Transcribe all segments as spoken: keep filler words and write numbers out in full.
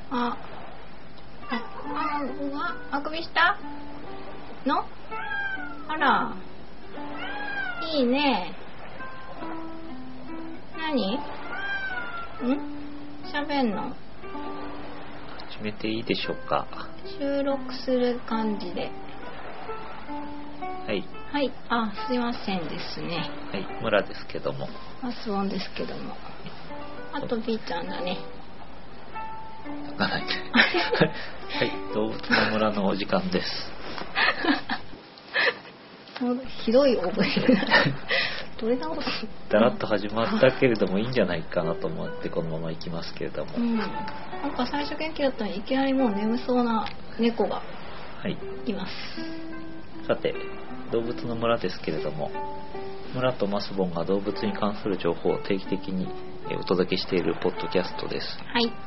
あ、あ、あ、うわ、あくびしたの？あら、いいね。何？ん？喋んの？ 始めていいでしょうか。 収録する感じで。 はい。 はい、あ、すいませんですね。 はい、村ですけども。 マスボンですけども。あと B ちゃんだね。 はい、動物の村のお時間です。 ひどい覚える。どれだろう。 だらっと始まったけれどもいいんじゃないかなと思ってこのまま行きますけれども。 うん。なんか最初元気だったのにいきなりもう眠そうな猫がいます。 はい、さて、動物の村ですけれども、村とマスボンが動物に関する情報を定期的にお届けしているポッドキャストです。 はい。 はい、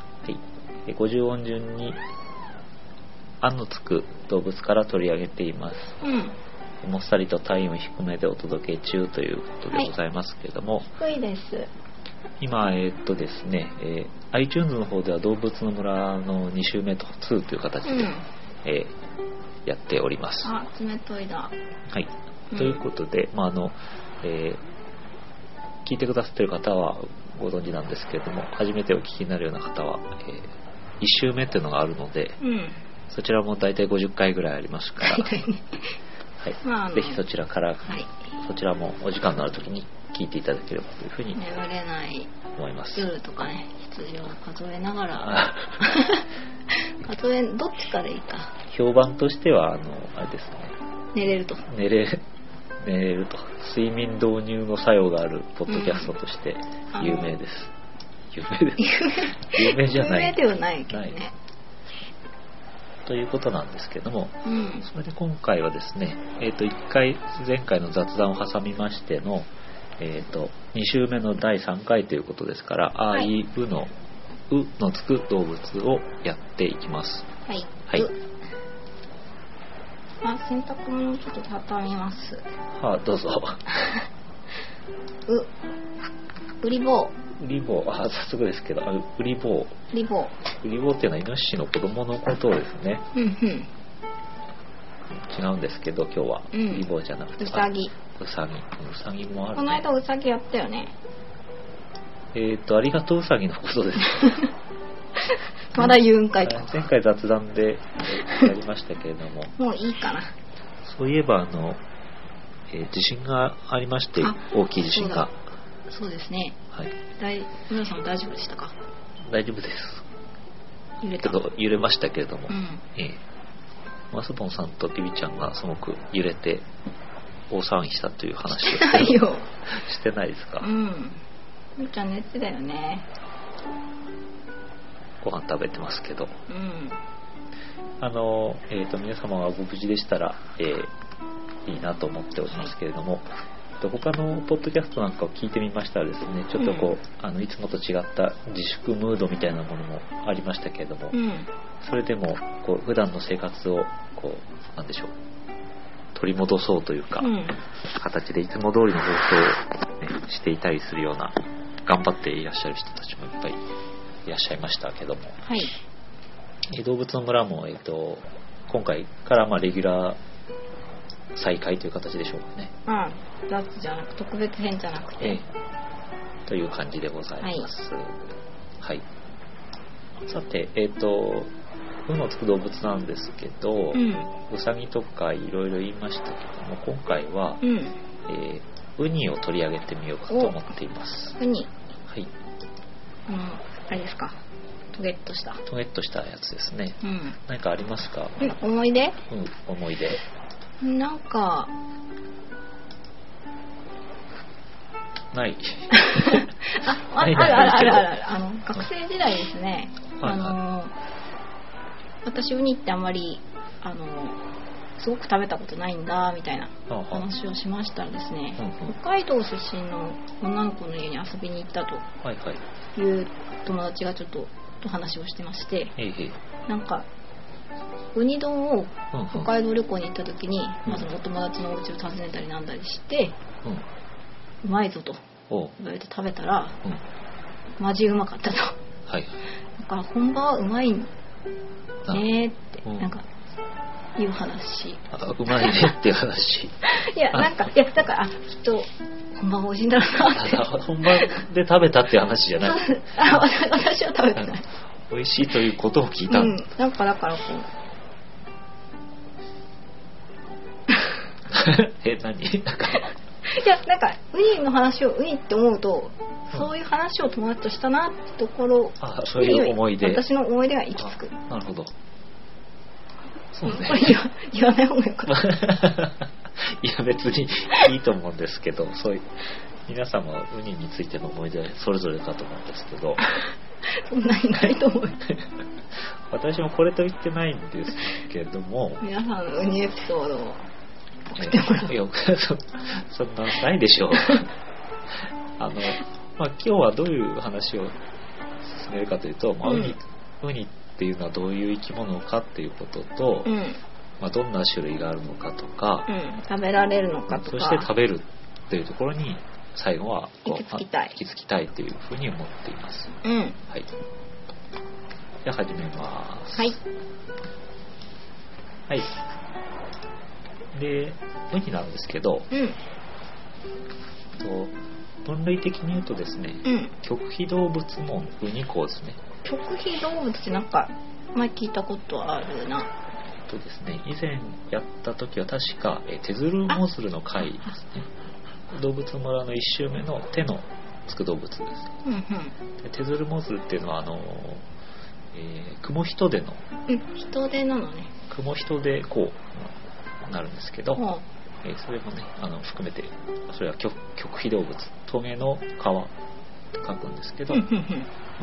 ごじゅう音順に案のつく動物から取り上げています。 うん。 もっさりと体温低めでお届け中ということでございますけれども、 はい、低いです。 今、えーっとですね、えー、iTunes の方では動物の村のに週目とにという形で、うん、えー、やっております。 あ、冷たいだ。 はい、うん、ということで、まああのえー、聞いてくださっている方はご存知なんですけれども、初めてお聞きになるような方は、えー、いち週目っていうのがあるので、うん、そちらもだいたいごじゅっかいぐらいありますから、はい、まあ、ぜひそちらから、はい、そちらもお時間のある時に聞いていただければというふうに眠れない思います。 夜とかね、羊を数えながら数え、どっちからいいか。 評判としてはあのあれですね、 寝れると寝れ寝れると睡眠導入の作用があるポッドキャストとして有名です。うん、有名です。有名じゃない。 有名ではないけどね。 ということなんですけども、 うん、 それで今回はですね、えーと、いっかい前回の雑談を挟みましての、えーと、に週目のだいさんかいということですから、はい、あいうのうのつく動物をやっていきます。 はい。 はい。 あ、洗濯物をちょっと畳みます。 はあ、どうぞ。 う、うりぼう。 うりぼう、あ、早速ですけど、あ、うりぼう。 うりぼう。 うりぼうっていうのはイノシシの子供のことですね。 うんうん。 違うんですけど、今日は、うん、うりぼうじゃなくて、 うさぎ。 うさぎ。うさぎもある、ね。 この間うさぎやったよね。 えっと、ありがとううさぎのことです。 まだ言うんかいと。 前回雑談でやりましたけれども。 もういいかな。 そういえば、あの、えー、地震がありまして、大きい地震が。 そうですね。 はい。 大皆さん大丈夫でしたか？ 大丈夫です。 揺れた。 けど揺れましたけれども、 うん、 えー、マスボンさんとビビちゃんがすごく揺れて大騒ぎしたという話をしてないよ。 してないですか？ うん。ビビちゃん寝てたよね。 ご飯食べてますけど。 うん。 あのえっ、ー、と皆様がご無事でしたら、えー、いいなと思っておりますけれども。はい、他のポッドキャストなんかを聞いてみましたらですね、ちょっとこう、うん、あのいつもと違った自粛ムードみたいなものもありましたけれども、うん、それでもこう普段の生活をこうなんでしょう取り戻そうというか、うん、形でいつも通りの放送を、ね、していたりするような頑張っていらっしゃる人たちもいっぱいいらっしゃいましたけども、 はい、 え動物の村も、えー、と今回からまあレギュラー再開という形でしょうかね。 うん、雑じゃなく特別編じゃなくて、ええ、という感じでございます。はい。はい、さて、えっ、ー、とうのつく動物なんですけど、うん、うさぎとかいろいろ言いましたけども、今回は、うん、えー、ウニを取り上げてみようかと思っています。 ウニ。 はい。 うん、あれですか。トゲッとした。 トゲッとしたやつですね。 うん。 何かありますか？ うん、思い出？ うん、思い出。 なんかないあ、あるあるあるあるあるあの学生時代ですね、はいはい、あの私ウニってあんまりあのすごく食べたことないんだみたいな話をしましたらですね、はは北海道出身の女の子の家に遊びに行ったという友達がちょっとと話をしてまして、 はいはい、 なんかウニ丼を北海道旅行に行った時に、うん、まずお友達のお家を訪ねたりなんだりして、うん、うまいぞと言われて食べたら、うん、マジうまかったと、 はい、 だから本場はうまいねーって、うん、なんかいう話。 あ、うまいねっていう話。 いやなんかいやだからきっと本場は美味しいんだろうなって。 本場で食べたっていう話じゃない。 あ、私は食べてない。 美味しいということを聞いた。 うん、なんかだからこう。 え、何？なんかいやなんかウニの話をウニって思うと、うん、そういう話を友達としたなってところに、 あ、そういう思い出、 私の思い出が行き着く。 なるほど。そうね。 これ言わ、言わない方がよかった。 いや別にいいと思うんですけど、そういう皆様はウニについての思い出それぞれかと思うんですけど。 そんなにないと思う。 私もこれと言ってないんですけども。 皆さんのウニエピソードを。 いやそ, そんなないでしょう。あの、まあ、今日はどういう話を進めるかというと、まあ、ウニ、うん、ウニっていうのはどういう生き物かっていうことと、うん、まあ、どんな種類があるのかとか、 うん、食べられるのかとか、 そして食べるっていうところに最後はこう行き着きたい行き着きたいというふうに思っています。 うん、 はい。じゃあ始めます。 はい。 はい。で、ウニなんですけど、うん、と分類的に言うとですね、うん、極秘動物のウニ科ですね。 極秘動物ってなんか前聞いたことあるな。 とですね、以前やった時は確かえテズルモズルの回ですね。動物村のいっ週目の手のつく動物です。うんうん、でテズルモズルっていうのはあの、えー、クモヒトデの、 うん、ヒトデなのね。 クモヒトデこうなるんですけど、うん、えー、それもねあの含めてそれは 極, 極秘動物トゲの皮と書くんですけど、うんうんうん、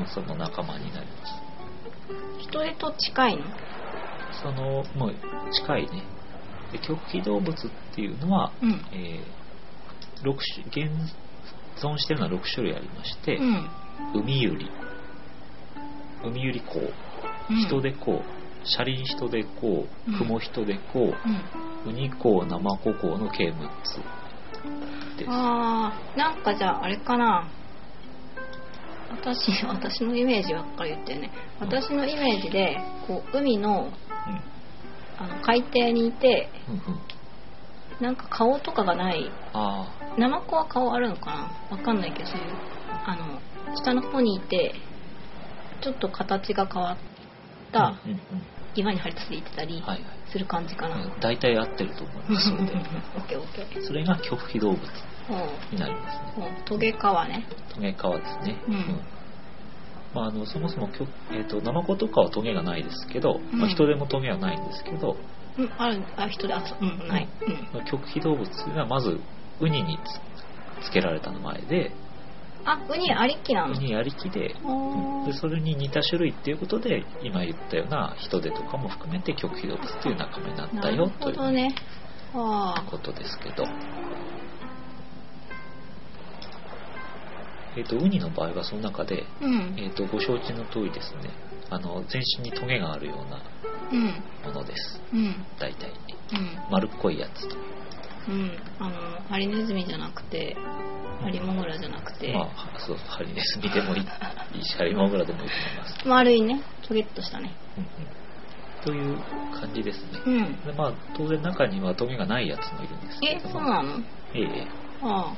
その仲間になります。 ヒトデと近いの？ そのもう近いね。で極秘動物っていうのは、うん、えー、ろく種現存しているのはろく種類ありまして、うん、ウミユリ、ウミユリコウ、ヒトデコウ、シャリンヒトデコウ、クモヒトデコウ、うんウニコウ、ナマココウの計むっつです。 あー、なんかじゃああれかな、私私のイメージばっかり言ってね、うん、私のイメージでこう海の、うん、あの海底にいて、うんうん、なんか顔とかがない。あ、ナマコは顔あるのかな、わかんないけど、そういうあの下の方にいてちょっと形が変わった、うんうんうん、岩に張り付いてたりする感じかな。 大体合ってると思います。それでオッケーオッケー。 それが極秘動物になりますね。 トゲカワね。 トゲカワですね。うんうん、まあ、あのそもそも、えー、とナマコとかはトゲがないですけど、うん、まあ、人でもトゲはないんですけど、 うん、あるあ人であうん、ない、 うん、極秘動物はまずウニに つ, つけられた名前で。 あ、ウニありきなの？ ウニありきで、うん、でそれに似た種類っていうことで今言ったようなヒトデとかも含めて極秘動物っていう仲間になったよという、ね、ことですけど、えー、とウニの場合はその中で、うん、えー、とご承知の通りですね、あの全身にトゲがあるようなものです、うん、大体、うん、丸っこいやつ、 うん、あのハリネズミじゃなくてハリモグラじゃなくて、 まあ、そうハリネズミでもいいしハリモグラでもいいと思います。 丸いね、トゲッとしたね、うんうん、という感じですね、うん、で、まあ、当然中にはトゲがないやつもいるんですけど。 え、そうなの？ ええ、あ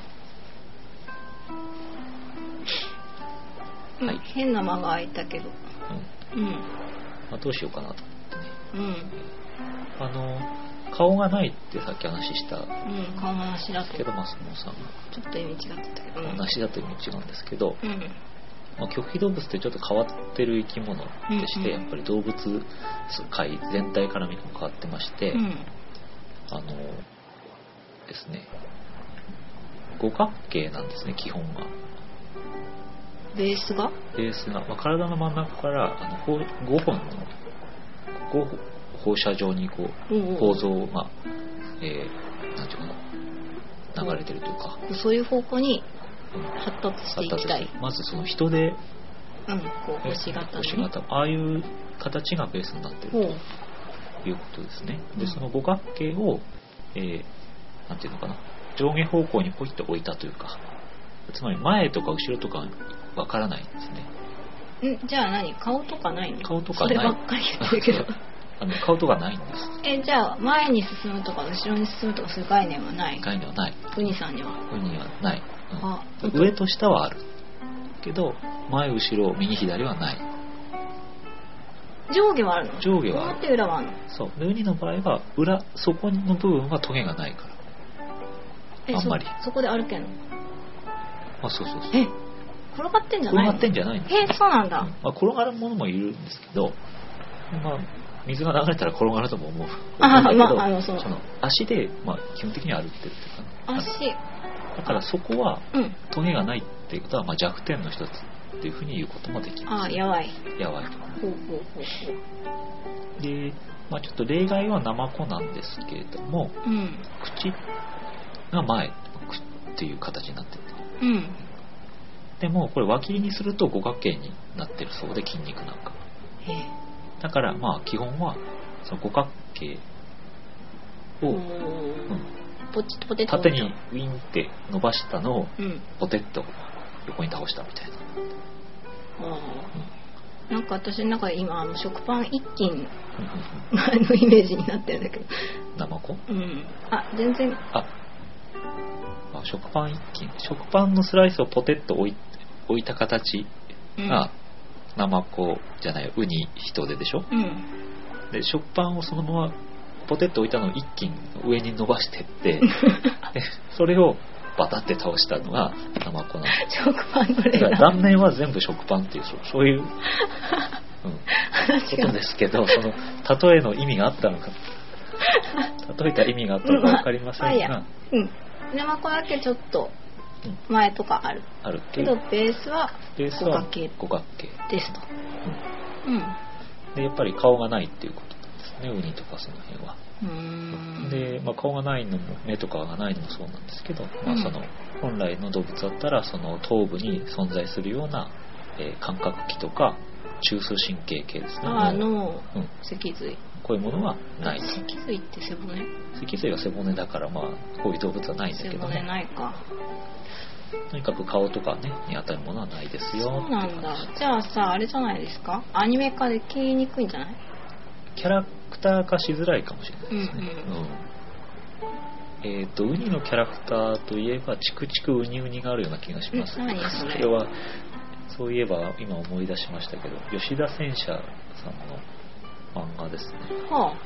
あ、はい、変な間が空いたけど、うん、うん、 まあ、どうしようかなと思ってね、うん、あの顔がないってさっき話した、うん、 顔がなしだとけど、マスモさんちょっと意味違ってたけど、 なしだと意味違うんですけど、うん、まあ、極秘動物ってちょっと変わってる生き物でして、うんうん、やっぱり動物界全体から見ても変わってまして、うん、あのですね五角形なんですね、基本が。 ベースがベースが、まあ、体の真ん中からあのごほんのご放射状にこう構造が、えー、なんていうかな流れてるというか、 そういう方向に発達していきたい。 まずその人で、 うん、こう星型、ね、 星型、ああいう形がベースになっているということですね。でその五角形を、えー、なんていうのかな、上下方向にポイッと置いたというか、つまり前とか後ろとかわからないんですね。 んじゃあ何顔とかないの？ 顔とかない。 そればっかり言ってるけどあの顔とかないんです。 えじゃあ前に進むとか後ろに進むとかそういう概念はない？ 概念はない。 ウニさんにはウニはない、うん、 あ上と下はあるけど前後ろ右左はない。 上下はあるの？ 上下はある。 表裏はあるの？ そうでウニの場合は裏底の部分はトゲがないからえあんまりそ, そこで歩けんの？ あそうそうそう。 え転がってんじゃないの？ 転がってんじゃないの？ えそうなんだ、 うんまあ、転がるものもいるんですけど、まあ、水が流れたら転がるとも思うあだけど、 まあ、あのそのその足で、まあ、基本的には歩ってるっていうかな。 足だからそこはうんトゲがないっていうことは、まあ、弱点の一つっていうふうに言うこともできます。 あやばいやばい。 ほうほうほうほうで、まあ、ちょっと例外はナマコなんですけれども、 うん口が前っていう形になってる。 うんでもこれ輪切りにすると五角形になってるそうで、筋肉なんかへえだからまあ基本はその五角形を、 うんうんポチッとポテッと縦にウィンって伸ばしたのをうんポテッと横に倒したみたいな、 あーなんか私の中で今あの食パン一斤うんのイメージになってるんだけどナマコうんあ全然ああ食パン一斤食パンのスライスをポテッと置い置いた形がナマコじゃないウニ人手でしょ、 うん、うん、 で食パンをそのままポテッと置いたのを一斤上に伸ばしてってでそれをバタって倒したのがナマコなんです。 食パンの例だ。 断面は全部食パンっていうそうそういう、うん、ことですけど、その例えの意味があったのか例えた意味があったのか分かりませんが、 まあうん、ナマコだけちょっと前とかある、 うん、あるけどベースは五角形五角形ですと、うん、うん、 でやっぱり顔がないっていうことなんですね、ウニとかその辺は。 うーんで、まあ、顔がないのも目とかがないのもそうなんですけど、まあ、その本来の動物だったらその頭部に存在するような、えー、感覚器とか中枢神経系ですね、 あの、 うん、 脊髄、 こういうものはないと。 脊髄って背骨？ 脊髄は背骨だから、まあ、こういう動物はないんだけど、ね、 背骨ないか。 とにかく顔とかねに当たるものはないですよ。 そうなんだ。じゃあさ、あれじゃないですか、アニメ化で消えにくいんじゃない？ キャラクター化しづらいかもしれないですね、 うんうんうんえー、とウニのキャラクターといえばチクチクウニウニがあるような気がします。 何それ？ それはそういえば今思い出しましたけど、吉田戦車さんの漫画ですね。 はあ、 はい、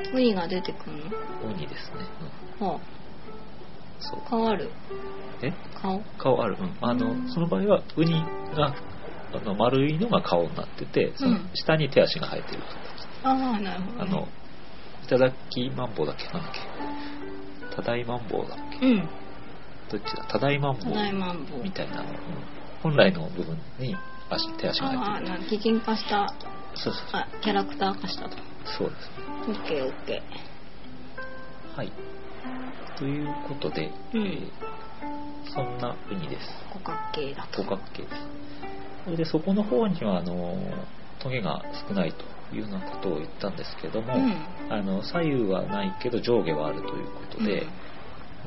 ウニが出てくるの？ ウニですね、うん、 はあ、 そう顔ある？ え顔？ 顔ある、うん、あのその場合はウニがあの丸いのが顔になってて、その下に手足が生えてると、 うん、ああなるほど、ね、 あのいただきマンボウだっけ、なんだっけ、ただいマンボウだっけ、 うん、 どっちだ、ただいマンボウみたいな、うん、本来の部分に足手足が生えてる。 ああ、擬人化した、 そうそうそう、 あキャラクター化したと。 そうです。 オッケーオッケー。はい。ということで、 うん、 えー、そんなウニです。 五角形だと。 五角形です。それでそこの方にはあのトゲが少ないというようなことを言ったんですけども、うん、あの左右はないけど上下はあるということで、うん、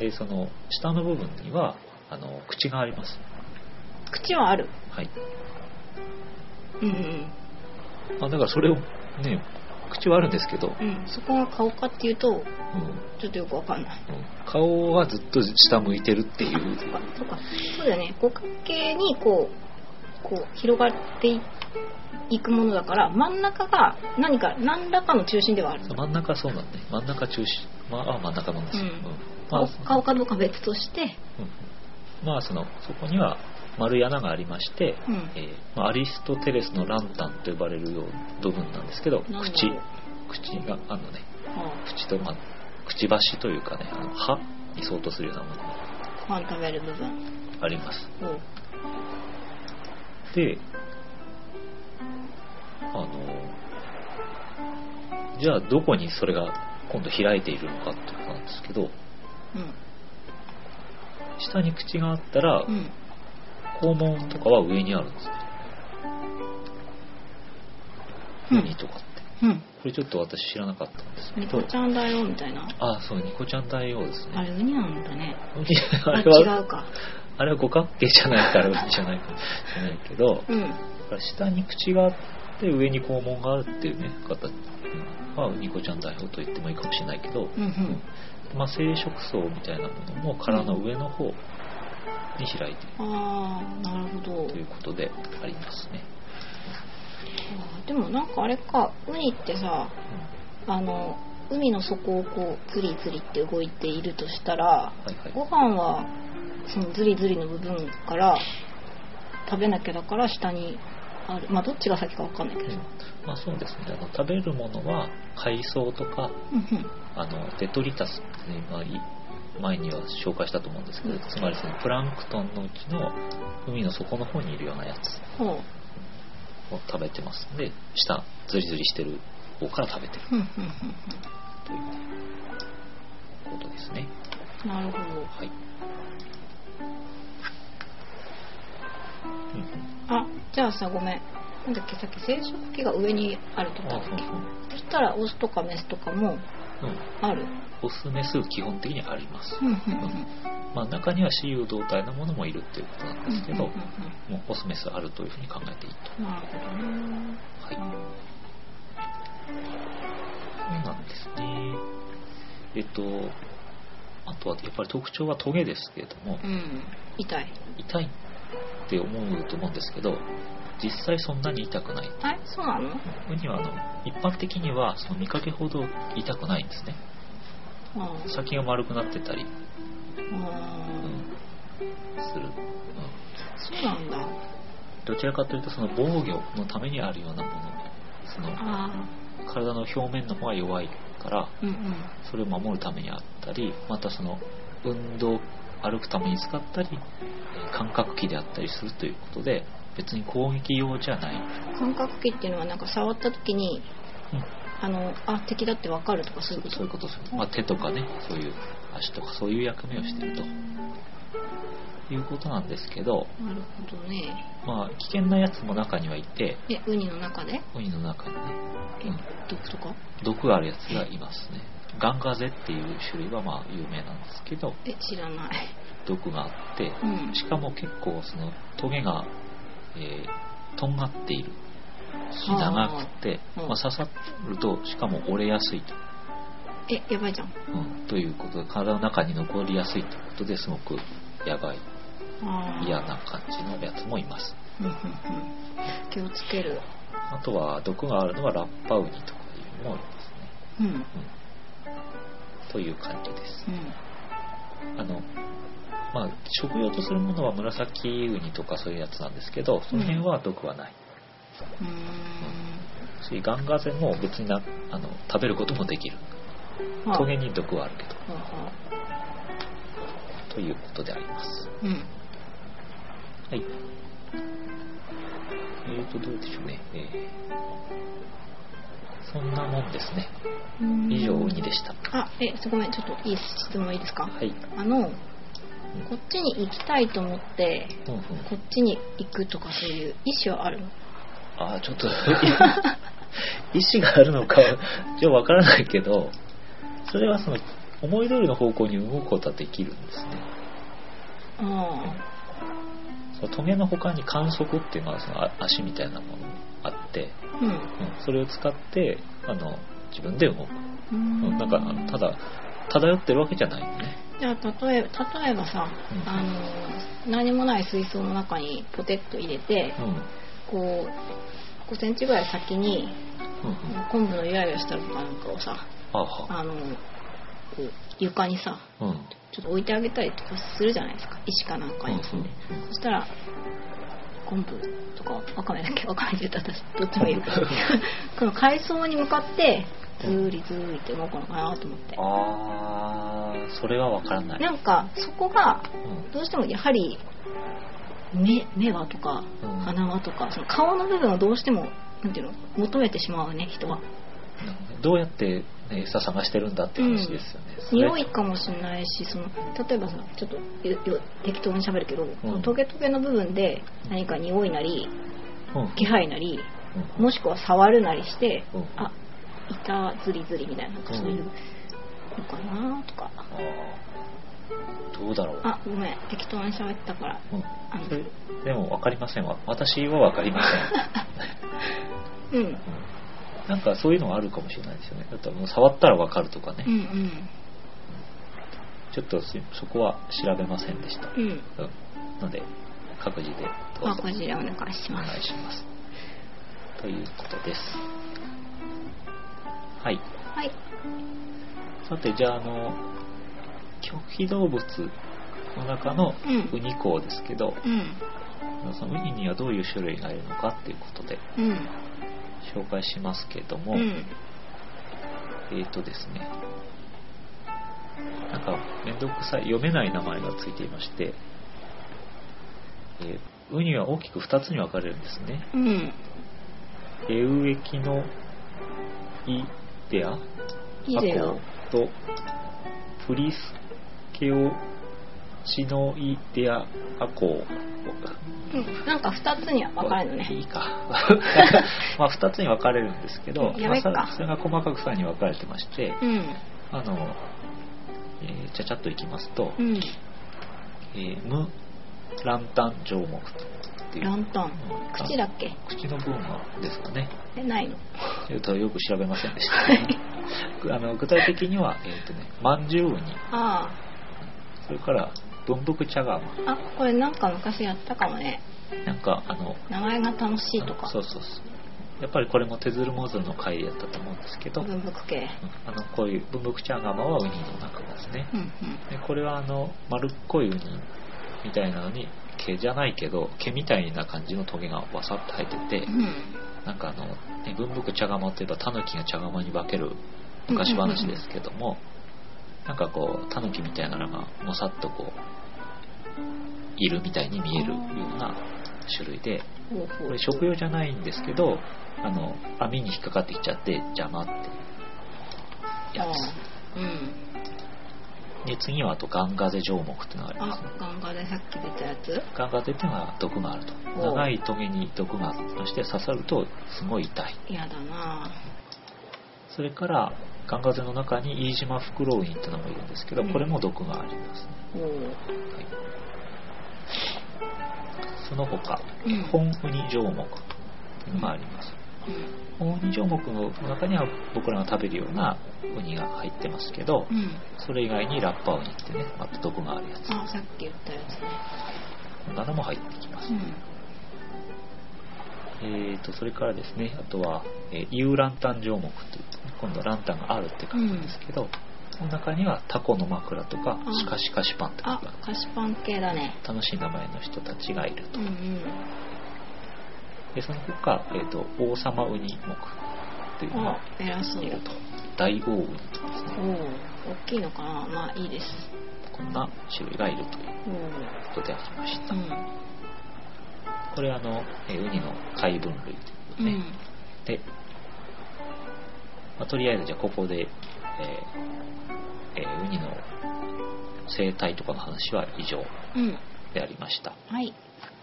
でその下の部分にはあの口があります。 口はある。 はい。 うんうん。 あだからそれをね口はあるんですけど、 うん、そこが顔かっていうと、うん、ちょっとよくわかんない、 うん、顔はずっと下向いてるっていう。 そうかそうか、そうだよね。五角形にこうこう広がっていくものだから真ん中が何か何らかの中心ではある。 真ん中そうなんね。真ん中中心、まあ真ん中なんですよ。うんまあ、顔かどうか別として、 うん、まあそのそこには丸い穴がありまして、 うんえーまあ、アリストテレスのランタンと呼ばれるような部分なんですけど、口口があのね、はあ、口と、まあ、くちばしというかね、あの歯に相当するようなものがご飯食べる部分あります。 うん、 で、あのじゃあどこにそれが今度開いているのかっていうことなんですけど、うん、下に口があったら、うん、肛門とかは上にあるんですね。ウニとかって、うん、これちょっと私知らなかったんですけど。 ニコちゃん大王みたいな。 ああそう、ニコちゃん大王ですね。 あれウニなんだね。 あれはあ違うか。 あれは五角形じゃないからウニじゃないかもしれないけど、 うん、 だから下に口があって上に肛門があるっていうね形はウニコちゃん代表と言ってもいいかもしれないけど、 うんうん、 まあ、生殖層みたいなものも殻の上の方に開いている、 ああ、なるほど。 ということでありますね。 あ、でもなんかあれか、ウニってさ、うん、あの海の底をこうズリズリって動いているとしたら、はいはい、ご飯はそのズリズリの部分から食べなきゃだから下にある、まあどっちが先か分かんないけど、うん、 まあそうですね、あの食べるものは海藻とか、うんうん、あのデトリタスっていうのは前には紹介したと思うんですけど、うん、つまりそのプランクトンのうちの海の底の方にいるようなやつを食べてますので、下ズリズリしてる方から食べてる、うんうんうんうん、ということですね。 なるほど。 はい。 うん、あ、じゃあさ、ごめん。なんだっけ、さっき生殖器が上にあるとかだっけ。そしたらオスとかメスとかもある。 うん、オスメス基本的にあります。 うんうんうん、 まあ、中には雌雄同体のものもいるっていうことなんですけど、うんうんうんうん、もうオスメスあるというふうに考えていいと。 なるほどね。 はい。そうなんですね。えっとあとはやっぱり特徴はトゲですけれども、 うん、痛い痛いって思うと思うんですけど、実際そんなに痛くない。 あ、そうなの？ ウニはあの一般的にはその見かけほど痛くないんですね。 うん、 先が丸くなってたり、 うんうん、 する、うん、 そうなんだ。 どちらかというとその防御のためにあるようなもの、その体の表面の方が弱いから、うんうん、それを守るためにあったり、またその運動歩くために使ったり感覚器であったりするということで、別に攻撃用じゃない。 感覚器っていうのはなんか触った時に、うん、あのあ敵だって分かるとかそういうこと？ そういうことです、まあ、手とかね、そういう足とかそういう役目をしているということなんですけど、 なるほどね。 まあ危険なやつも中にはいて、 え、ウニの中で？ ウニの中にね、 え、うん、毒とか？ 毒があるやつがいますね。ガンガゼっていう種類はまあ有名なんですけど、 え、知らない。 毒があって、うん、しかも結構そのトゲが、えー、とんがっているし長くて、まあ、刺さるとしかも折れやすいと。 え、やばいじゃん、 うん、ということで体の中に残りやすいということですごくやばい嫌な感じのやつもいます。 うんうんうん、気をつける。 あとは毒があるのはラッパウニとかいうのもいますね、うんうん、という感じです、うん、あのまあ食用とするものは紫ウニとかそういうやつなんですけど、その辺は毒はない、うんうん、そういうガンガゼも別になあの食べることもできる、トゲに毒はあるけど、はあ、ということであります、うん、はい。えーとどうでしょうね、えー、そんなもんですね。以上ウニでした。 あ、え、ごめん、ちょっといい質問いいですか？ はい。 あのこっちに行きたいと思って、うんうん、こっちに行くとかそういう意思はあるの？ あー、ちょっと意思があるのかはちょっとわからないけど、それはその思い通りの方向に動くことはできるんですね。 ああ。 トゲの他に感触っていうのはその足みたいなものがあって、うんうん、それを使ってあの自分で動く、うん、なんかただ漂ってるわけじゃないね。 じゃあ例えば、例えばさ、うん、あの何もない水槽の中にポテッと入れて、うん、こうごセンチぐらい先に、うんうん、昆布のゆらゆらしたのかなんかをさ、ああのこう床にさ、うん、ちょっと置いてあげたりとかするじゃないですか、石かなんかに積んで、うんうんうん、そしたら昆布とかわかめだっけ、わかめって言ったら私どっちもいるけどこの海藻に向かってずーりずーりって動くのかなと思って。 あー、それはわからない。 なんかそこがどうしてもやはり 目, 目はとか鼻はとか、その顔の部分をどうしてもなんていうの求めてしまうね、人は。 どうやって、ね、餌探してるんだって話ですよね、 うん、匂いかもしれないし、その例えばさ、ちょっと適当に喋るけど、うん、トゲトゲの部分で何か匂いなり、うん、気配なり、うん、もしくは触るなりして、うん、あ、いた、ズリズリみたいな、なんかそういうのかなとか、 どうだろう。 あ、ごめん、適当に喋ったから、 うん、 あのそれでも分かりませんわ。私は分かりません。 うん、 なんかそういうのがあるかもしれないですよね。だってもう触ったら分かるとかね、 うんうんちょっとそこは調べませんでした、 うん、 うんので各自でどうぞ各自でお願いしおます。 願いしますということです。はい。 はい。 さて、じゃあ、あの棘皮動物の中のうんウニ項ですけど、 うんそのウニにはどういう種類がいるのかっていうことでうん紹介しますけども、 うんえーとですね、なんかめんどくさい読めない名前がついていまして、えーウニは大きくふたつに分かれるんですね。 うんエウエキノイデアいいでよ。 アコとプリスケオチノイデアアコうん、なんかふたつには分かれるのね。 いいかまあふたつに分かれるんですけど、 やめっか、 まあ、それが細かくさらに分かれてまして、 うんあの、えー、ちゃちゃっといきますと、 うん、 えー、無ランタン状目っていうランタン、 うん口だっけ？ 口の部分はですかね。 え、ないの？ えーとよく調べませんでしたあの具体的には、えーとね、まんじゅうウニ、 あそれから文福茶釜、 あ、あ、これなんか昔やったかもね。 なんかあの名前が楽しいとか。 そうそうそう、やっぱりこれも手鶴モズルの回やったと思うんですけど、 文福系。 あのこういう文福茶釜はウニの仲間ですね、 うんうんでこれはあの丸っこいウニみたいなのに毛じゃないけど毛みたいな感じのトゲがわさっと生えてて、 うんなんかあの、ね、文福茶釜といえばタヌキが茶釜に化ける昔話ですけども、なんかこうタヌキみたいなのがもさっとこういるみたいに見えるような種類で、 ほうほう、 これ食用じゃないんですけど、あの網に引っかかってきちゃって邪魔ってやつうん、 で、次はあとガンガゼ状目っていうのがあります、ね、 あ、ガンガでさっき出たやつ。 ガンガゼっていうのは毒があると、 おう長いトゲに毒がありまして刺さるとすごい痛い。 やだな。 それからガンガゼの中に飯島フクロウニっていうのもいるんですけど、 うんこれも毒がありますね、 おう、 はい、その他、 うん本ウニ状目というのがあります。 うん本ウニ状目の中には僕らが食べるようなウニが入ってますけど、 うん、 それ以外にラッパウニってね、また毒があるやつ、 あ、さっき言ったやつね。 こんなのも入ってきます。 うんえー、とそれからですね、あとは、えー、有ランタン状目という、今度はランタンがあるって書くんですけど、この中にはタコの枕とかあシカシカシパンとあ、 か菓子パン系だね。 楽しい名前の人たちがいると。 うんうんでその他、えー、と王様ウニ目というのがあ、偉そう。 いると。大王ウニとかですね、 おお、大きいのかな。まあいいです。 こんな種類がいるというおお、 ことでありました。 うんこれはあの、えーウニの貝分類ということで、 うんで、まあ、とりあえずじゃあここで、えーえーウニの生態とかの話は以上うん、 でありました。 はい。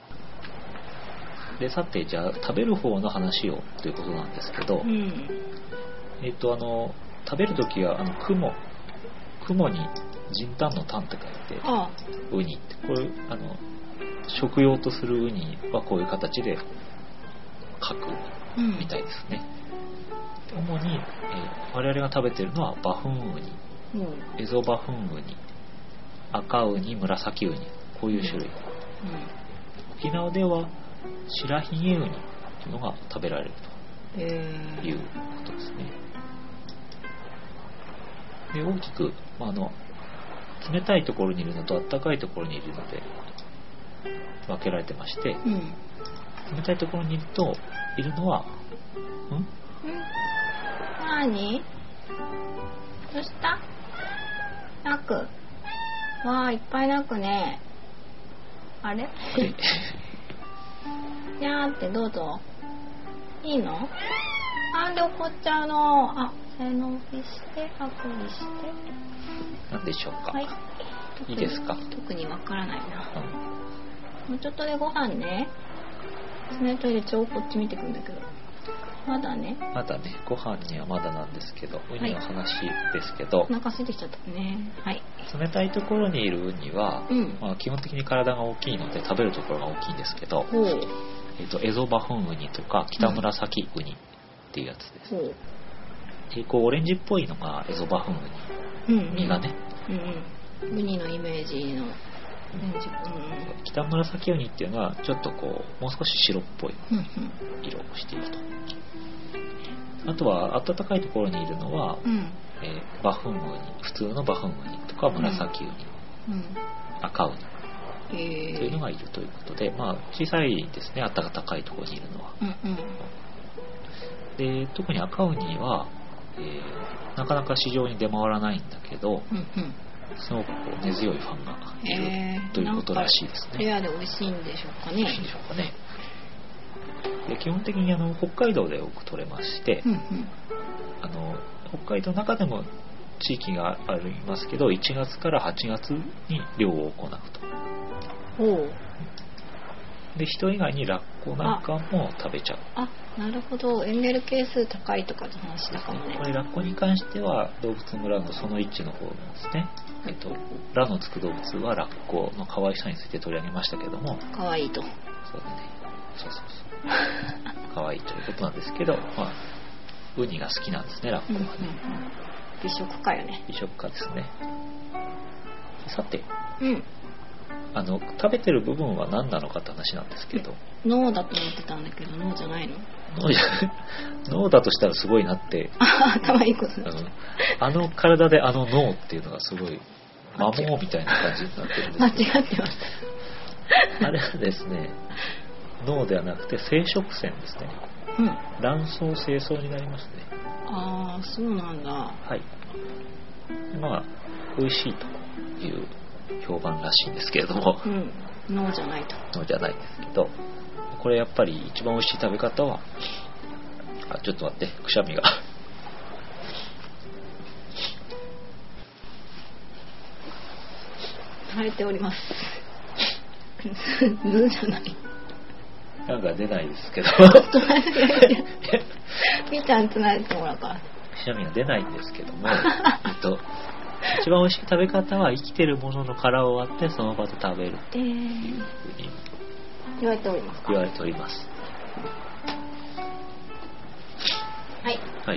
でさて、じゃあ食べる方の話をということなんですけど、 うんえっ、とあの食べるときはあの雲雲に人丹の丹って書いてあウニってこれあの食用とするウニはこういう形で書くうんみたいですね。主に、えー我々が食べているのはバフンウニ、 もう、 エゾバフンウニ、赤ウニ、紫ウニ、こういう種類。 うん沖縄では白ひげウニというのが食べられるえー、 ということですね。で大きく、まあ、あの冷たいところにいるのと暖かいところにいるので分けられてまして、 うん、 冷たいところにいるといるのはんうん何どうしたなくわあいっぱいなくねあれあれにゃーってどうぞいいのなんで怒っちゃうのあ背伸びしてあくびして何でしょうか、 はいいいですか、 特にわからないなうんもうちょっとでご飯ね。スネトイレ超こっち見てくんだけど。 まだねまだねご飯にはまだなんですけど、ウニの話ですけど、 お腹空いてきちゃったね。はい。 冷たいところにいるウニは、 うんまあ、基本的に体が大きいので食べるところが大きいんですけど、 ほうえーと、エゾバフンウニとか北紫ウニっていうやつです。 ほうでこうオレンジっぽいのがエゾバフンウニ、 うんうん、 身がね、 うんうん、ウニのイメージのオレンジ、うん、 北紫ウニっていうのはちょっとこうもう少し白っぽい色をしていると。あとは暖かいところにいるのは、 うんえー、バフンウニ、普通のバフンウニとか紫ウニ、 うんうん、 赤ウニえー、 というのがいるということで、まあ、小さいですね、暖かいところにいるのは。 うんうん、 で特に赤ウニは、えー、なかなか市場に出回らないんだけど、 うんうん、 すごくこう根強いファンがいる、えー、ということらしいですね。 レアで美味しいんでしょうかね。 美味しいんでしょうかね。で基本的にあの北海道で多く取れまして、 うんうん、 あの北海道の中でも地域がありますけど、いちがつからはちがつに漁を行うと。 ほうで人以外にラッコなんかも食べちゃう。 あ、なるほど。エンゲル係数高いとかの話だかもね。 これラッコに関しては動物村のそのいちの方なんですね。えっとラのつく動物はラッコの可愛さについて取り上げましたけども、 可愛いと。 そうだね。そうそうそう。可愛いということなんですけど、まあウニが好きなんですね、ラッコはね。 うんうんうん、美食家よね。 美食家ですね。さて、 うん。 あの食べてる部分は何なのかって話なんですけど、 脳だと思ってたんだけど脳じゃないの？ 脳じゃ脳だとしたらすごいなってあ頭いいことだ、 うん、あの体であの脳っていうのがすごい魔法みたいな感じになってるんです間違ってましたあれはですね脳ではなくて生殖腺ですね、 うん、 卵巣精巣になりますね。 ああそうなんだ。 はい。まあ美味しいという評判らしいんですけれども、 うん、脳じゃないと。 脳じゃないんですけど、これやっぱり一番美味しい食べ方は、あ、ちょっと待って、くしゃみが生えております図じゃない、 なんか出ないですけどみーちゃんつないでもらうから。 くしゃみが出ないんですけどもえっと一番美味しい食べ方は生きてるものの殻を割ってその場で食べるっていうふうに言われておりますか？ 言われております。 はい、 はい、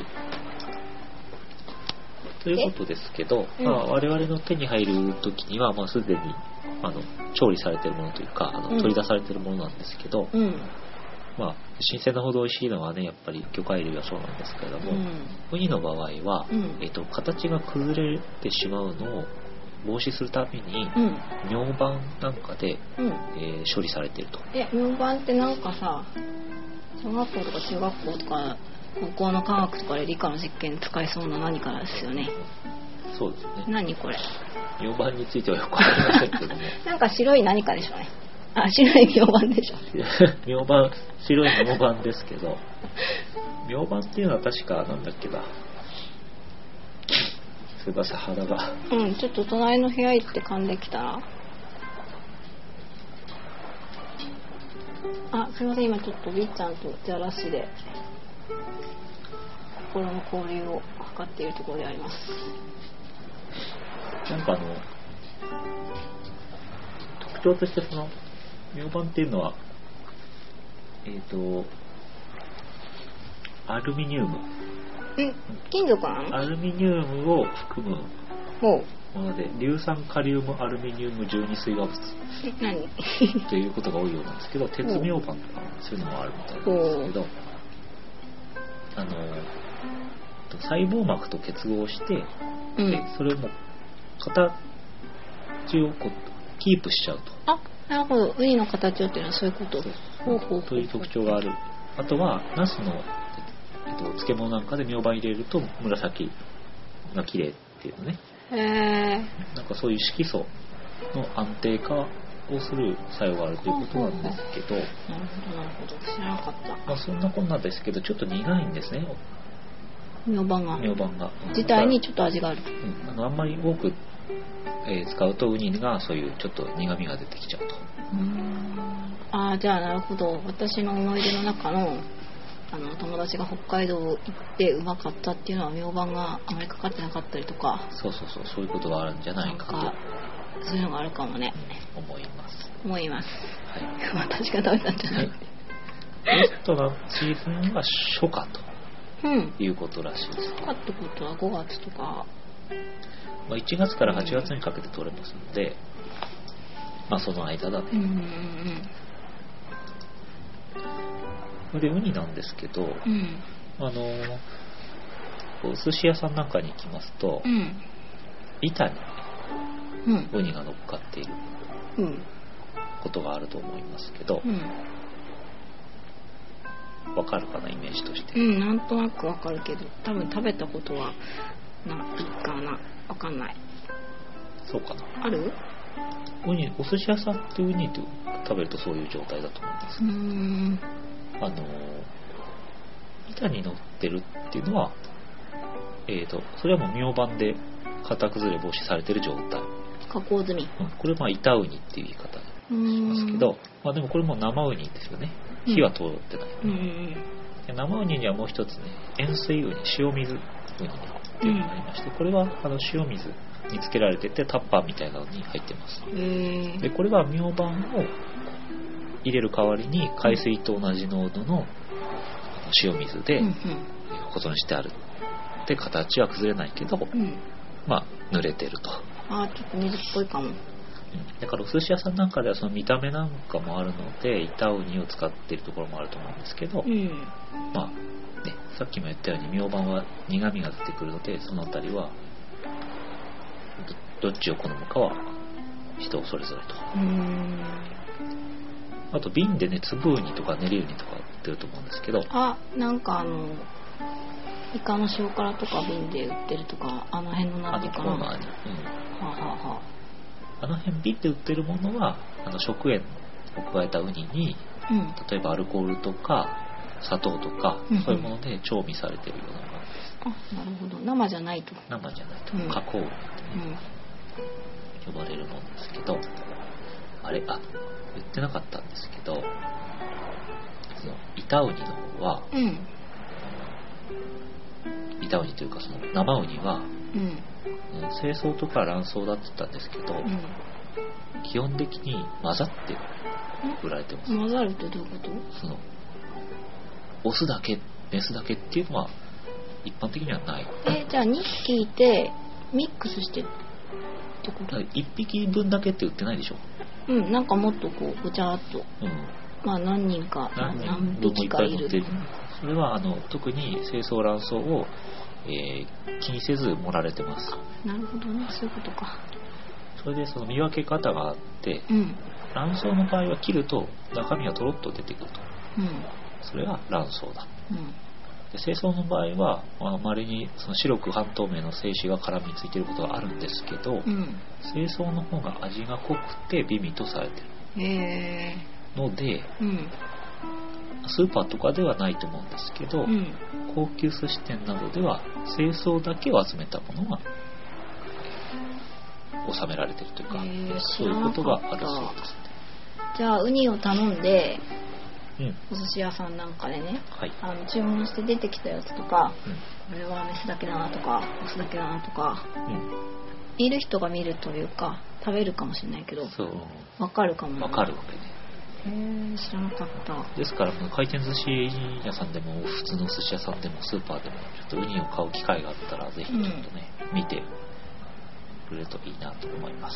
ということですけど、 うん、 まあ、我々の手に入る時には、まあ、すでにあの調理されているものというかあの、うん、取り出されているものなんですけど、 うんまあ、新鮮なほど美味しいのはねやっぱり魚介類はそうなんですけれども、うん、ウニの場合は、うんえーと、形が崩れてしまうのを防止するために、うん、明板なんかで、うんえー、処理されていると。 え明板ってなんかさ小学校とか中学校とか高校の科学とかで理科の実験使えそうな何かですよね。 そうですね。 何これ？ 明板についてはよくわかりませんけどもなんか白い何かでしょうね。あ、白い明板でしょ明板、白い明板ですけど明板っていうのは確かなんだっけな、すいません肌がうんちょっと隣の部屋行って噛んできたら、あ、すいません今ちょっとビーちゃんとじゃらしで心の交流を図っているところであります。 なんかあの特徴としてその明板っていうのはえっとアルミニウム、 ん金属なの？ アルミニウムを含むもので硫酸カリウムアルミニウム十二水化物え何ということが多いようなんですけど鉄明板とかそういうのもあるみたいなんですけど、あの細胞膜と結合して、うん、でそれをもう形をこうキープしちゃうと。 あ、なるほど。ウニの形をっていうのはそういうことほうほうという特徴がある。あとはナスの、えっと、漬物なんかで明板入れると紫が綺麗っていうのね。 へー。 なんかそういう色素の安定化をする作用があるということなんですけど。 なるほどなるほど。知らなかった。 まあ、そんなこんなですけどちょっと苦いんですね。 明板が。 明板が。 自体にちょっと味がある。 うん、あのあんまり多く、えー、使うとウニがそういうちょっと苦味が出てきちゃうと。 うーん。ああじゃあなるほど。私の思い出の中のあの友達が北海道行ってうまかったっていうのは明晩があまりかかってなかったりとか、 そうそうそう、そういうことがあるんじゃないかと、 なんかそういうのがあるかもね、 うん、思います思います。 はい、 私が食べたんじゃない。 レストランシーズンは初夏ということらしいです、ね、 初夏ってことはごがつとか、 まあ、いちがつからはちがつにかけて取れますので、まあその間だね。 うんうんうん。 それでウニなんですけど、 うん、 あのお寿司屋さんなんかに行きますと、 うん、 板に、ね、 うん、 ウニが乗っかっていることがあると思いますけど、うん、わかるかな、イメージとして。 うん、なんとなくわかるけど、多分食べたことはないかな、わかんない。 そうかな。 ある？ ウニ、お寿司屋さんってウニって食べるとそういう状態だと思います。 うーん、 あの板に乗ってるっていうのは、えーと、それはもう明晩で型崩れ防止されてる状態。 加工済み。 うん、これはまあ板ウニっていう言い方でしますけど、まあ、でもこれも生ウニですよね。火は通ってない、 うんうん、 で生ウニにはもう一つね、塩水ウニ、塩水ウニっていうのがありまして、これはあの塩水につけられててタッパーみたいなのに入ってます。でこれは明晩を入れる代わりに海水と同じ濃度の塩水で保存してある。で形は崩れないけど、うん、まあ濡れてると。 あ、ちょっと水っぽいかも。うん、 だからお寿司屋さんなんかではその見た目なんかもあるので板ウニを使っているところもあると思うんですけど、うん、まあね、さっきも言ったように明晩は苦味が出てくるので、そのあたりは ど, どっちを好むかは人それぞれと。うーん、あと瓶でね、粒ウニとか練りウニとか売ってると思うんですけど、 あ、なんかあのイカの塩辛とか瓶で売ってるとか、あの辺のなんていうかな、あのコーナーに、うん、はあはあはあ、あの辺瓶で売ってるものはあの食塩を加えたウニに、うん、例えばアルコールとか砂糖とか、うんうん、そういうもので調味されてるようなものです。 あ、なるほど。生じゃないと。 生じゃないと、うん、加工ウニって、ね、うん、呼ばれるものですけど、あれ、あ、言ってなかったんですけど、その板ウニの方は、うん、板ウニというかその生ウニは、うん、清掃とか卵巣だって言ったんですけど、うん、基本的に混ざって売られてます。 混ざるってどういうこと？ そのオスだけメスだけっていうのは一般的にはない。 え、じゃあにひきいてミックスしてってこと？ いっぴきぶんだけって売ってないでしょ。 うん、なんかもっとこうごちゃっと、うん、まあ何人か何匹かいる。 それはあの特に精巣卵巣を、えー、気にせず盛られてます。 なるほどね、そういうことか。 それでその見分け方があって、うん、卵巣の場合は切ると中身がとろっと出てくると、うん、それが卵巣だ、うん、で精巣の場合はまれにその白く半透明の精子が絡みついていることがあるんですけど、うん、精巣の方が味が濃くて美味とされているへので、うん、スーパーとかではないと思うんですけど、うん、高級寿司店などでは精巣だけを集めたものが収められているというか、そういうことがあるそうです。 じゃあウニを頼んで、うん、お寿司屋さんなんかでね、はい、あの注文して出てきたやつとか、うん、これはメスだけだなとかオスだけだなとか、うん、見る人が見るというか食べるかもしれないけど、そう分かるかも、ね、 分かるわけね。 へー、知らなかった。 ですから回転寿司屋さんでも普通のお寿司屋さんでもスーパーでもちょっとウニを買う機会があったらぜひちょっとね、うん、見てくれるといいなと思います。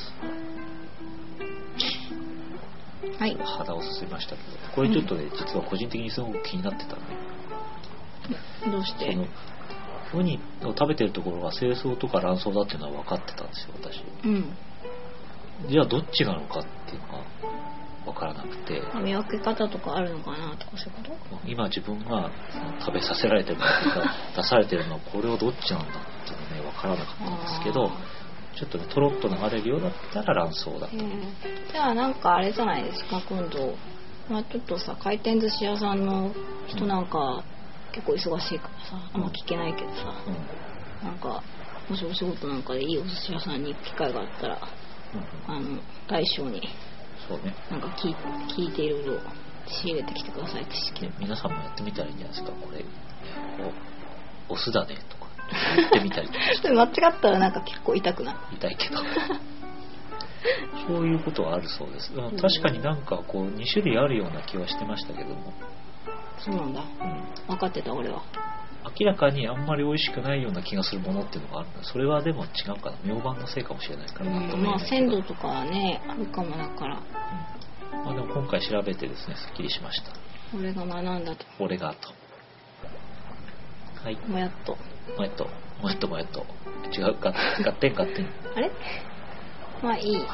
はい、肌をすすみましたけど、これちょっとね、うん、実は個人的にすごく気になってたんで、 どうして？ そのウニを食べてるところが精巣とか卵巣だっていうのは分かってたんですよ、私。うん。じゃあどっちなのかっていうのが分からなくて。 見分け方とかあるのかなとかそういうこと？ 今自分が食べさせられてるのか出されてるのはこれをどっちなんだっていうのね分からなかったんですけど。ちょっとね、とろっと流れるようだったら卵巣だと。 じゃあなんかあれじゃないですか、今度、まあ、ちょっとさ回転寿司屋さんの人なんか、うん、結構忙しいからさあんま聞けないけどさ、うん、なんかもしお仕事なんかでいいお寿司屋さんに行く機会があったら、うん、あの大将にそうね、 なんか聞い、聞いていろいろ仕入れてきてくださいってで皆さんもやってみたらいいんじゃないですか。これおオスだねとか言ってみたりとかして間違ったらなんか結構痛くない痛いけどそういうことはあるそうです。確かになんかこうに種類あるような気はしてましたけども。 そうなんだ、うん、分かってた俺は。 明らかにあんまり美味しくないような気がするものっていうのがあるんだ。それはでも違うかな、明晩のせいかもしれないから、 うん、まあ鮮度とかはねあるかもだから、 うん、まあ、でも今回調べてですねすっきりしました。 俺が学んだと。 俺がとはいもやっともやっともやっともやっと違うか合点合点あれまあいいです。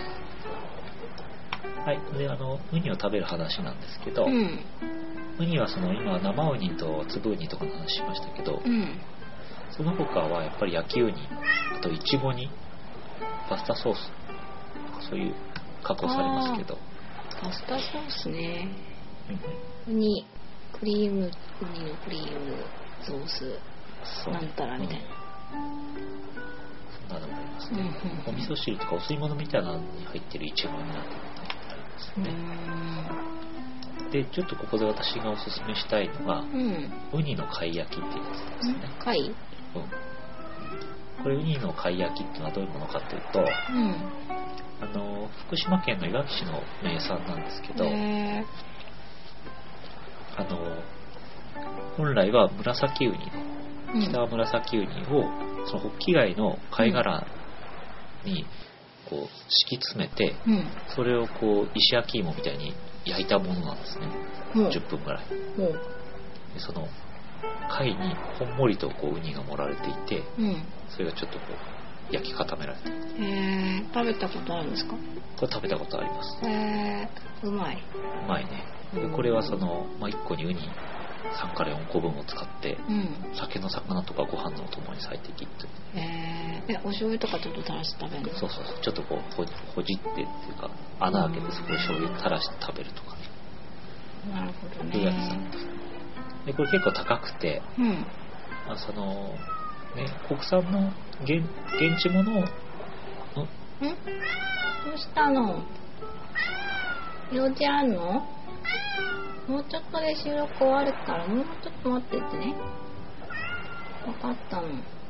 はい、はい、であのウニを食べる話なんですけど、 うん、 ウニはその今生ウニと粒ウニとかの話しましたけど、 うん、 その他はやっぱり焼きウニ、あとイチゴにパスタソースそういう加工されますけど、 パスタソースね、うん、ウニクリームウニのクリームソースなんたらみたいな、うん、 そんなのもありますね、うんうん、お味噌汁とかお吸い物みたいなのに入ってるイチゴになってるみたいなのありますね。でちょっとここで私がおすすめしたいのが、うん、ウニの貝焼きっていうやつですね。 貝？ うん。これウニの貝焼きっていうのはどういうものかというと、うん、あの福島県のいわき市の名産なんですけど、あの本来は紫ウニの北は紫ウニをそのホッキ貝の貝殻にこう敷き詰めて、うん、それをこう石焼き芋みたいに焼いたものなんですね、うん、じゅっぷんぐらい、うん、でその貝にほんもりとこうウニが盛られていて、うん、それがちょっとこう焼き固められている。 へー、食べたことあるんですか？ これ食べたことあります。 へー、うまい。 うまいね。でこれはその、まあ、いっこにウニさんからよんこぶんを使って、うん、酒の魚とかご飯のともに最適っていう。 へー、え、お醤油とかちょっと垂らして食べるの？ そうそうそう、ちょっとこう ほ, ほじってっていうか穴開けてそこに醤油垂らして食べるとかね。 なるほどね。 でこれ結構高くて、うん、まあ、そのね国産の 現, 現地ものをん？ん？どうしたの？用事あんの？もうちょっとで収録終わるからもうちょっと待っててね。分かったの。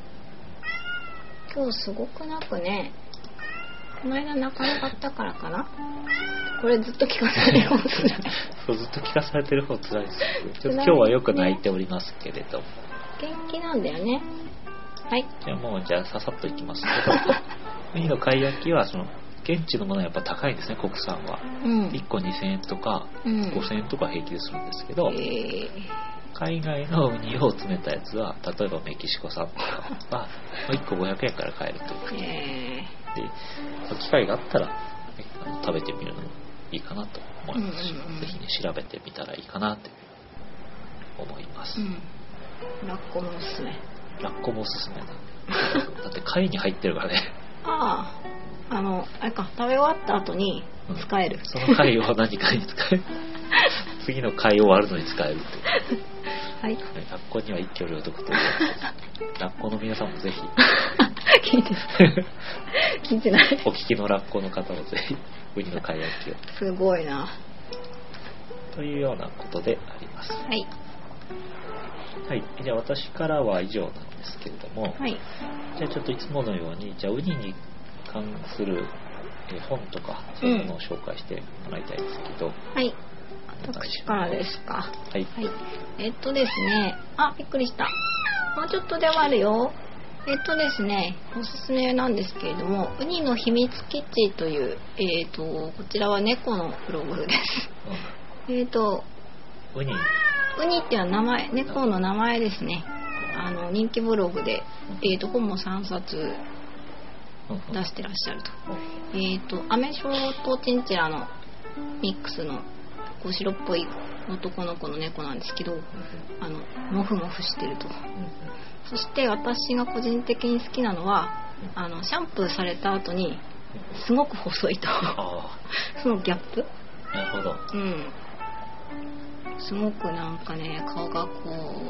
今日すごくなくね。この間泣かなかったからかな。これずっと聞かされる方つらい。 そうずっと聞かされてる方つらいです。ちょっと今日はよく泣いておりますけれども。 元気なんだよね。はい。じゃあもうじゃあささっといきますけど。ウニの貝焼きはその現地のものはやっぱ高いんですね、国産は、うん、いっこにせんえんとか、うん、ごせんえんとか平気でするんですけど、えー、海外のウニを詰めたやつは例えばメキシコ産とかはいっこごひゃくえんから買えるという、えー、で機会があったら、ね、食べてみるのもいいかなと思いますし、うんうんうん、ぜひね調べてみたらいいかなと思います、うん、 ラッコもおすすめ。 ラッコもおすすめなんでだって貝に入ってるからね。あああのあれか食べ終わった後に使える、うん、 その貝を何かに使える次の貝を割るのに使えるっていう、はい、ラッコには一挙両得というラッコの皆さんもぜひ聞いて聞いてないお聞きのラッコの方もぜひウニの貝焼きをすごいなというようなことであります。 はいはい、じゃあ私からは以上なんですけれども、はい、じゃあちょっといつものようにじゃあウニに関する本とかそういうものを紹介してもらいたいですけど、うん、 はい私からですか。はい、はい、えっとですねあびっくりした。もうちょっとで終わるよ。えっとですねおすすめなんですけれどもウニの秘密基地というえっとこちらは猫のブログです、うん、えっとウニウニっていうのは名前猫の名前ですね。あの人気ブログで、えっと本もさんさつ出してらっしゃると。えっとアメショウとチンチラのミックスのこう白っぽい男の子の猫なんですけど、あのモフモフしてると。そして私が個人的に好きなのはあのシャンプーされた後にすごく細いとそのギャップ。 なるほど。 うん。すごくなんかね顔がこ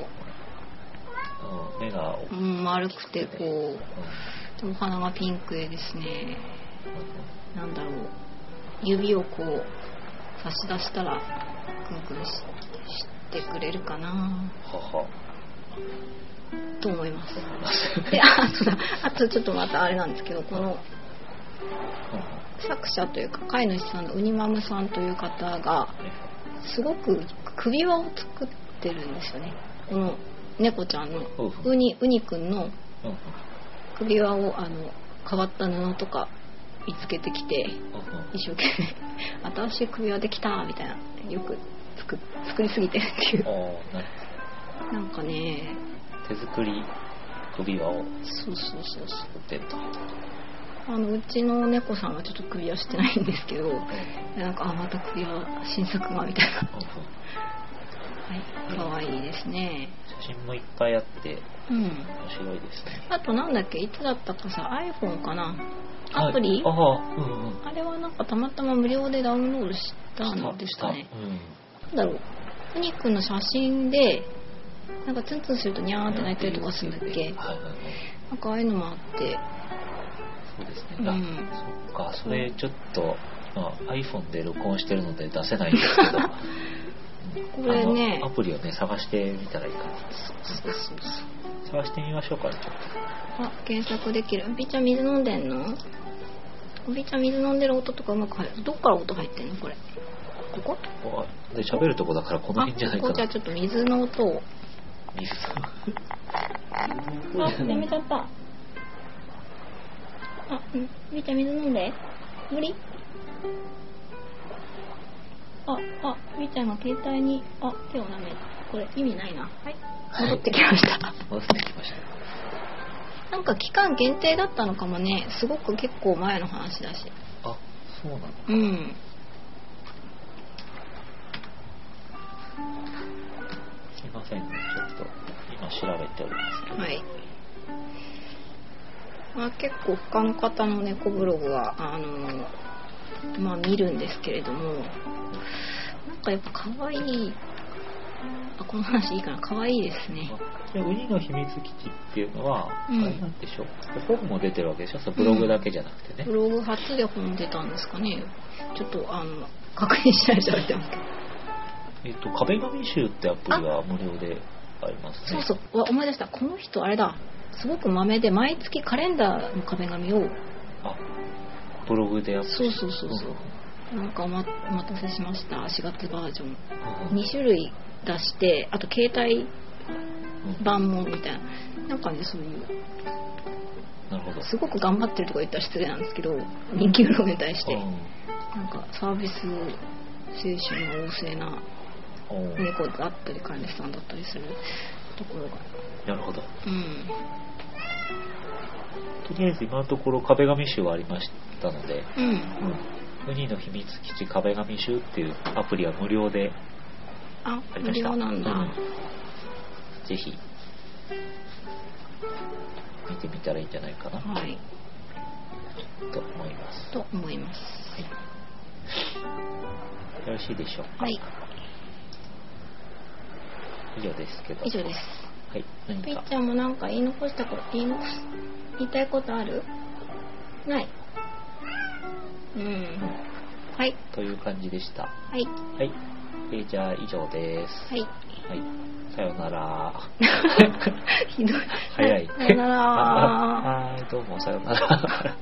う目が、 うん、丸くてこう、うん、お鼻がピンクでですね、なんだろう指をこう差し出したらくんくんししてくれるかなははと思います。で、あ、そうだ、あとちょっとまたあれなんですけど、この作者というか飼い主さんのウニマムさんという方がすごく首輪を作ってるんですよね。この猫ちゃんのウニウニくんの首輪をあの変わった布とか見つけてきて一生懸命新しい首輪できたみたいな、よく作作りすぎてるっていうなんかね、 手作り首輪をそうそうそうそう作ってると。 あのうちの猫さんはちょっと首輪してないんですけど、うん、なんかあまた首輪新作がみたいな、はい、かわいいですね。 写真もいっぱいあってうん、 面白いですね。 あとなんだっけ、いつだったかさ iPhone かなアプリ、 はい、あ, うんうん、 あれはなんかたまたま無料でダウンロードしたんですかね。うん、なんだろう、ウニくんの写真でなんかツンツンするとニャーンって鳴いたりとかするんだっけ、はいはいはい、なんかああいうのもあって、 そうですね、うん、そっか、それちょっと、まあ、iPhone で録音してるので出せないんですけどこれね、 アプリをね探してみたらいいかな。 そうそうそう、 探してみましょうか、ちょっと。 あ、検索できる。おびちゃん水飲んでんの？おびちゃん水飲んでる音とかうまく入る。どっから音入ってんのこれ？ここ？ ここで喋るとこだからこの辺じゃないかな。 あ、ここじゃあちょっと水の音を。 水あ、やめちゃった。あ、うん、おびちゃん水飲んで。無理？あ、あ、みーちゃんが携帯にあ手を舐める。これ意味ないな。はい、戻ってきました。 戻ってきました。 なんか期間限定だったのかもね。すごく結構前の話だし。 あ、そうなの。 うん。 すいませんね、ちょっと今調べておりますけど。 はい。まあ、結構他の方の猫ブログはあのまあ見るんですけれども、なんかやっぱ可愛い。あ、この話いいかな。可愛いですね。 ウニの秘密基地っていうのは、うん、あれなんでしょう。本も出てるわけでしょ。ブログだけじゃなくてね。 うん、ブログ初で本出たんですかね。ちょっとあの確認しないとあれますけど。 えっと壁紙集ってアプリは無料でありますね。 そうそう。思い出した。この人あれだ。すごくまめで毎月カレンダーの壁紙を。 あ、ブログでアップして。 そうそうそうそう。うん、なんかお待たせしましたしがつバージョン、うん、に種類出して、あと携帯版もみたいな、なんかね、そういう、 なるほど、 すごく頑張ってるとか言ったら失礼なんですけど、人気ブログに対して、うん、なんかサービス精神が旺盛な猫だったり飼い主さんだったりするところが。 なるほど、 うん、 とりあえず今のところ壁紙集はありましたので、 うんうん、 ウニの秘密基地壁紙集っていうアプリは無料でありました。 あ、無料なんだ、うん、 ぜひ見てみたらいいんじゃないかな、 はい、 と思いますと思います、 はい、よろしいでしょうか。 はい、 以上ですけど。 以上です。 はい、何かピッちゃんもなんか言い残したこと、言い残す言いたいことある？ない。うん、うん、はい。 という感じでした。 はい。 はい。えー、じゃあ以上です。 はい。 はい。さようなら。 ひどい。 早い。 さようなら。 はい、どうもさようなら。